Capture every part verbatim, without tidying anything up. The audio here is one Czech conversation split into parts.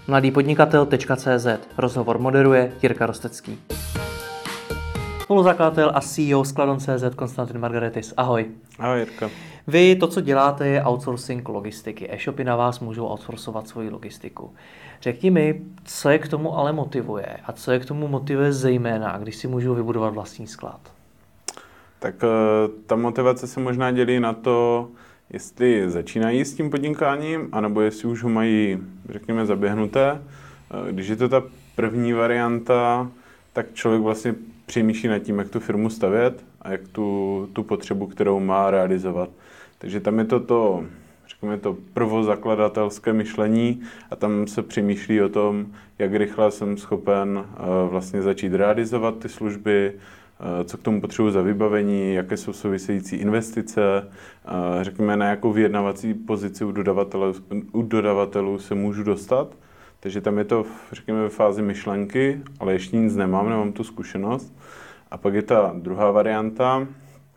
mladýpodnikatel tečka cé zet. Rozhovor moderuje Jirka Rostecký. Spoluzakladatel a C E O Skladon tečka cé zet Konstantin Margaretis. Ahoj. Ahoj, Jirka. Vy to, co děláte, je outsourcing logistiky. E-shopy na vás můžou outsourcovat svoji logistiku. Řekni mi, co je k tomu ale motivuje a co je k tomu motivuje zejména, když si můžou vybudovat vlastní sklad? Tak ta motivace se možná dělí na to, jestli začínají s tím podnikáním, anebo jestli už ho mají, řekněme, zaběhnuté. Když je to ta první varianta, tak člověk vlastně přemýšlí nad tím, jak tu firmu stavět a jak tu, tu potřebu, kterou má, realizovat. Takže tam je to to, řekněme, to prvozakladatelské myšlení a tam se přemýšlí o tom, jak rychle jsem schopen vlastně začít realizovat ty služby, co k tomu potřebuji za vybavení, jaké jsou související investice, řekněme, na jakou vyjednavací pozici u dodavatelů, u dodavatelů se můžu dostat. Takže tam je to, řekněme, ve fázi myšlenky, ale ještě nic nemám, nemám tu zkušenost. A pak je ta druhá varianta,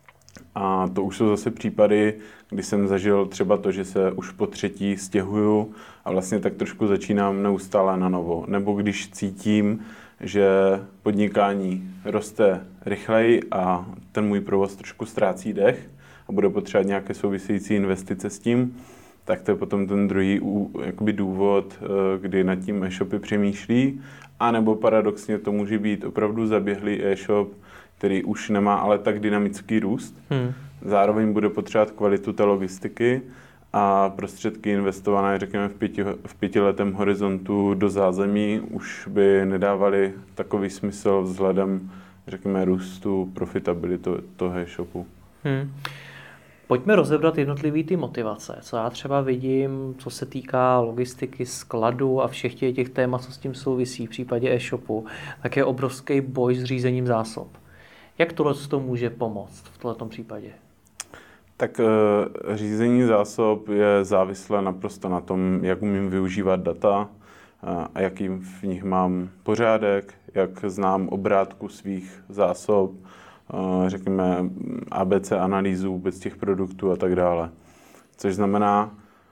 a to už jsou zase případy, kdy jsem zažil třeba to, že se už po třetí stěhuju a vlastně tak trošku začínám neustále na novo. Nebo když cítím, že podnikání roste rychleji a ten můj provoz trošku ztrácí dech a bude potřebovat nějaké související investice s tím, tak to je potom ten druhý jakoby důvod, kdy nad tím e-shopy přemýšlí. A nebo paradoxně to může být opravdu zaběhlý e-shop, který už nemá ale tak dynamický růst. Hmm. Zároveň bude potřebovat kvalitu té logistiky a prostředky investované, řekněme, v, pěti, v pětiletém horizontu do zázemí už by nedávaly takový smysl vzhledem, řekněme, růstu profitability toho e-shopu. Hmm. Pojďme rozebrat jednotlivý ty motivace. Co já třeba vidím, co se týká logistiky, skladu a všech těch, těch témat, co s tím souvisí v případě e-shopu, tak je obrovský boj s řízením zásob. Jak tohle to může pomoct v tomto případě? Tak e, řízení zásob je závislé naprosto na tom, jak umím využívat data a jaký v nich mám pořádek, jak znám obrátku svých zásob, e, řekněme A B C analýzu vůbec těch produktů a tak dále. Což znamená,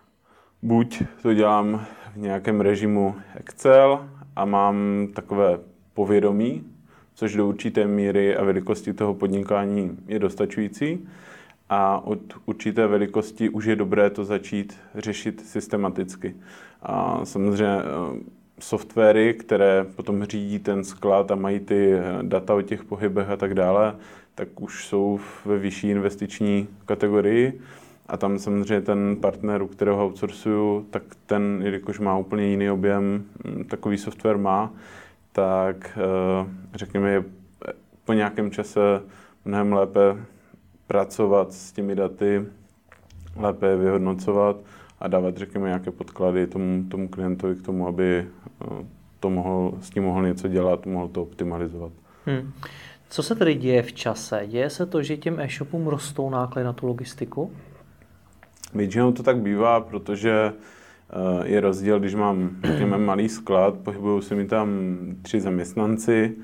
buď to dělám v nějakém režimu Excel a mám takové povědomí, což do určité míry a velikosti toho podnikání je dostačující. A od určité velikosti už je dobré to začít řešit systematicky. A samozřejmě softwary, které potom řídí ten sklad a mají ty data o těch pohybech a tak dále, tak už jsou ve vyšší investiční kategorii. A tam samozřejmě ten partner, u kterého outsourcuju, tak ten, jelikož má úplně jiný objem, takový software má, tak řekněme, je po nějakém čase mnohem lépe pracovat s těmi daty, lépe je vyhodnocovat a dávat, řekněme, nějaké podklady tomu, tomu klientovi k tomu, aby to mohl, s tím mohl něco dělat, mohl to optimalizovat. Hmm. Co se tedy děje v čase? Děje se to, že těm e-shopům rostou náklady na tu logistiku? Většinou to tak bývá, protože je rozdíl, když mám, řekněme, malý sklad, pohybují se mi tam tři zaměstnanci,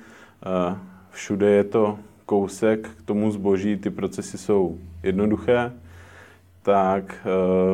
všude je to kousek k tomu zboží, ty procesy jsou jednoduché, tak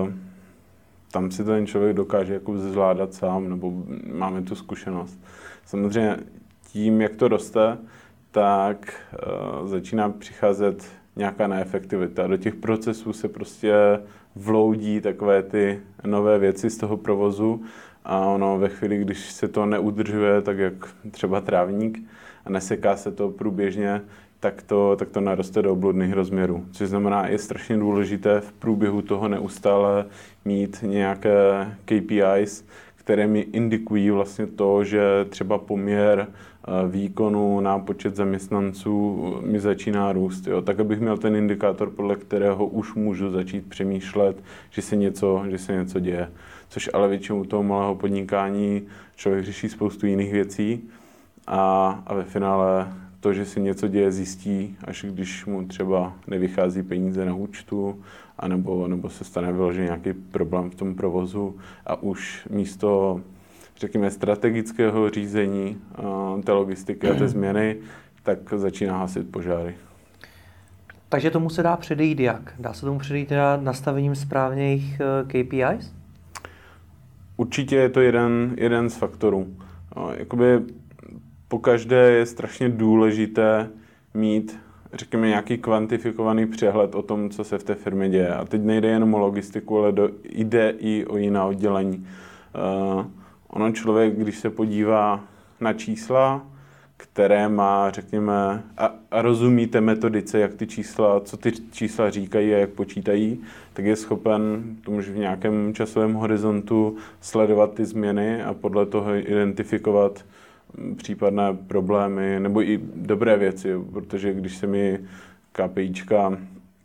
tam si ten člověk dokáže jako zvládat sám, nebo máme tu zkušenost. Samozřejmě tím, jak to roste, tak začíná přicházet nějaká neefektivita. Do těch procesů se prostě vloudí takové ty nové věci z toho provozu a ono ve chvíli, když se to neudržuje, tak jak třeba trávník a neseká se to průběžně, tak to, tak to naroste do obludných rozměrů. Což znamená, je strašně důležité v průběhu toho neustále mít nějaké K P Is, které mi indikují vlastně to, že třeba poměr výkonu na počet zaměstnanců mi začíná růst. Jo? Tak, abych měl ten indikátor, podle kterého už můžu začít přemýšlet, že se něco, že se něco děje. Což ale většinou u toho malého podnikání člověk řeší spoustu jiných věcí a, a ve finále to, že se něco děje, zjistí, až když mu třeba nevychází peníze na účtu, anebo, nebo se stane vyložený nějaký problém v tom provozu a už místo, řekněme, strategického řízení té logistiky a té změny, tak začíná hasit požáry. Takže tomu se dá předejít jak? Dá se tomu předejít nastavením správných K P Is? určitě je to jeden, jeden z faktorů. No, jakoby pokaždé je strašně důležité mít, řekněme, nějaký kvantifikovaný přehled o tom, co se v té firmě děje. A teď nejde jenom o logistiku, ale do, jde i o jiná oddělení. Uh, ono člověk, když se podívá na čísla, které má, řekněme, a, a rozumíte metodice, jak ty čísla, co ty čísla říkají a jak počítají, tak je schopen tomu, v nějakém časovém horizontu sledovat ty změny a podle toho identifikovat případné problémy nebo i dobré věci, protože když se mi KPIčka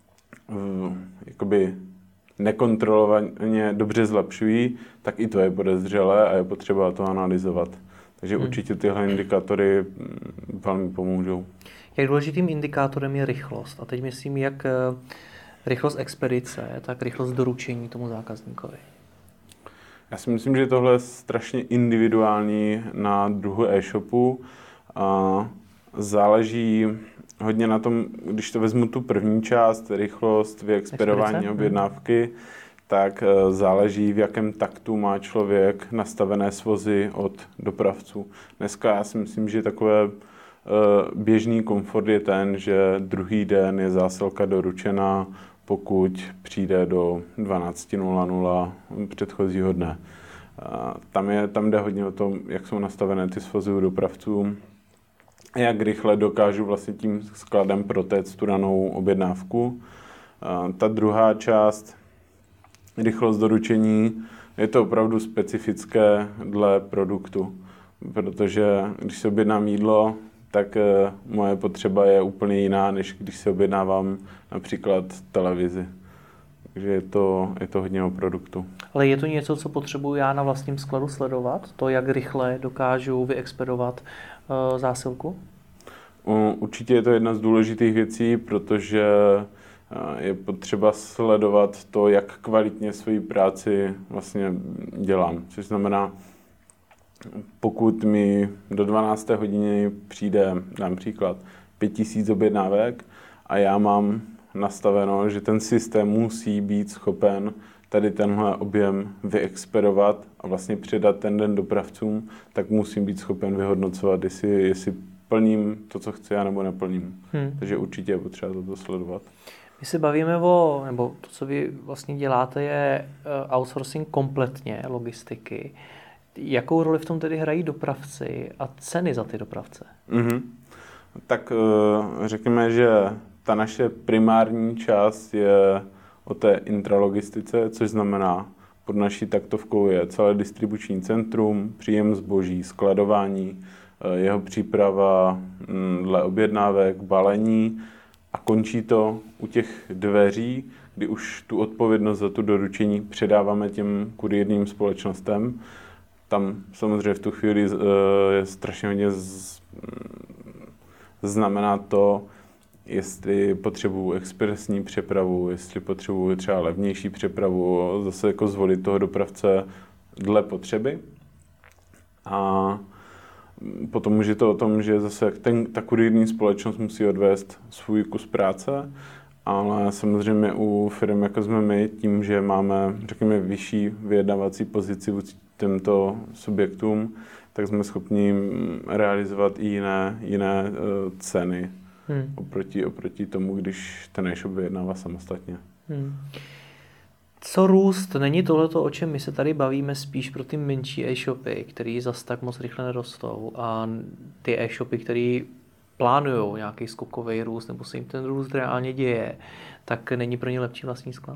jakoby nekontrolovaně dobře zlepšují, tak i to je podezřelé a je potřeba to analyzovat. Takže hmm. určitě tyhle indikátory velmi pomůžou. Jak důležitým indikátorem je rychlost. A teď myslím, jak rychlost expedice, tak rychlost doručení tomu zákazníkovi. Já si myslím, že tohle je strašně individuální na druhu e-shopu. A záleží hodně na tom, když to vezmu tu první část, rychlost, vyexpedování objednávky, tak záleží, v jakém taktu má člověk nastavené svozy od dopravců. Dneska já si myslím, že takové běžný komfort je ten, že druhý den je zásilka doručena, pokud přijde do dvanáct nula nula předchozího dne. Tam, je, tam jde hodně o tom, jak jsou nastavené ty svozy u dopravců, jak rychle dokážu vlastně tím skladem protéct tu danou objednávku. Ta druhá část, rychlost doručení, je to opravdu specifické dle produktu, protože když se objednám jídlo, tak moje potřeba je úplně jiná, než když se objednávám například televizi. Takže je to, je to hodně o produktu. Ale je to něco, co potřebuji já na vlastním skladu sledovat? To, jak rychle dokážu vyexpedovat uh, zásilku? Určitě je to jedna z důležitých věcí, protože je potřeba sledovat to, jak kvalitně svoji práci vlastně dělám. Což znamená, pokud mi do dvanácté hodiny přijde například pět tisíc objednávek a já mám nastaveno, že ten systém musí být schopen tady tenhle objem vyexpedovat a vlastně předat ten den dopravcům, tak musím být schopen vyhodnocovat, jestli, jestli plním to, co chci, anebo neplním. Hmm. Takže určitě je potřeba toto sledovat. My se bavíme o, nebo to, co vy vlastně děláte, je outsourcing kompletně logistiky. Jakou roli v tom tedy hrají dopravci a ceny za ty dopravce? Mm-hmm. Tak řekněme, že ta naše primární část je o té intralogistice, což znamená, pod naší taktovkou je celé distribuční centrum, příjem zboží, skladování, jeho příprava dle objednávek, balení a končí to u těch dveří, kdy už tu odpovědnost za tu doručení předáváme těm kurýrním společnostem. Tam samozřejmě v tu chvíli je strašně hodně z... znamená to, jestli potřebuji expresní přepravu, jestli potřebuji třeba levnější přepravu, zase jako zvolit toho dopravce dle potřeby. A potom už je to o tom, že zase ten, ta kurýrní společnost musí odvést svůj kus práce, ale samozřejmě u firm, jako jsme my, tím, že máme, řekněme, vyšší vyjednávací pozici vůči těmto subjektům, tak jsme schopni realizovat i jiné, jiné uh, ceny hmm. oproti, oproti tomu, když ten e-shop vyjednává samostatně. Hmm. Co růst? Není tohleto, o čem my se tady bavíme, spíš pro ty menší e-shopy, který zas tak moc rychle nerostou, a ty e-shopy, které plánují nějaký skokový růst, nebo se jim ten růst reálně děje, tak není pro ně lepší vlastní sklad?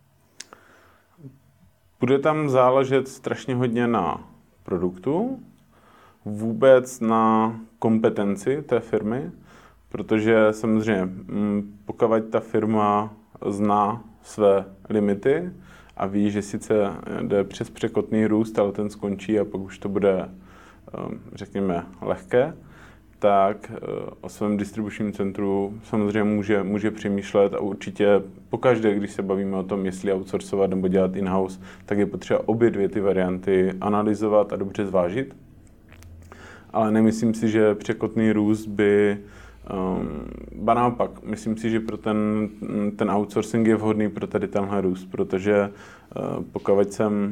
Bude tam záležet strašně hodně na produktu, vůbec na kompetenci té firmy, protože samozřejmě pokud ta firma zná své limity a ví, že sice jde přes překotný růst, ale ten skončí a pak už to bude, řekněme, lehké, tak o svém distribučním centru samozřejmě může, může přemýšlet a určitě pokaždé, když se bavíme o tom, jestli outsourcovat nebo dělat in-house, tak je potřeba obě dvě ty varianty analyzovat a dobře zvážit. Ale nemyslím si, že překotný růst by Um, ba naopak, myslím si, že pro ten, ten outsourcing je vhodný pro tady tenhle růst, protože uh, pokud jsem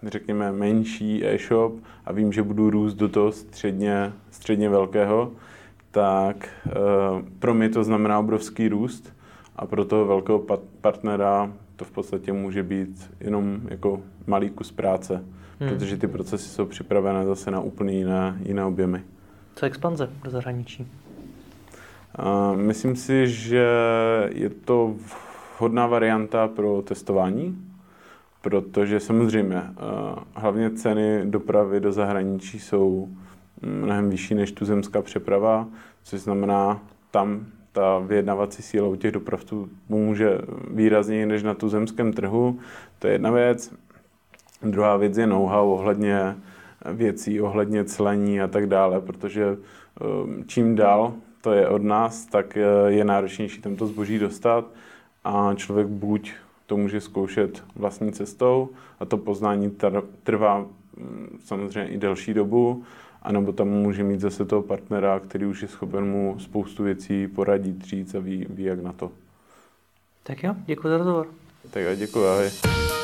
řekněme, menší e-shop a vím, že budu růst do toho středně, středně velkého, tak e, pro mě to znamená obrovský růst a pro toho velkého pat- partnera to v podstatě může být jenom jako malý kus práce, hmm. protože ty procesy jsou připravené zase na úplně jiné, jiné objemy. Co expanze do zahraničí? Uh, myslím si, že je to vhodná varianta pro testování, protože samozřejmě uh, hlavně ceny dopravy do zahraničí jsou mnohem vyšší než tuzemská přeprava, což znamená, tam ta vyjednavací síla u těch dopravců může výrazněji než na tuzemském trhu. To je jedna věc. Druhá věc je know-how ohledně věcí, ohledně clení a tak dále, protože čím dál to je od nás, tak je náročnější tam to zboží dostat a člověk buď to může zkoušet vlastní cestou a to poznání trvá samozřejmě i delší dobu, anebo tam může mít zase toho partnera, který už je schopen mu spoustu věcí poradit, říct a ví, ví jak na to. Tak jo, děkuji za rozhovor. Tak jo, děkuji, ahoj.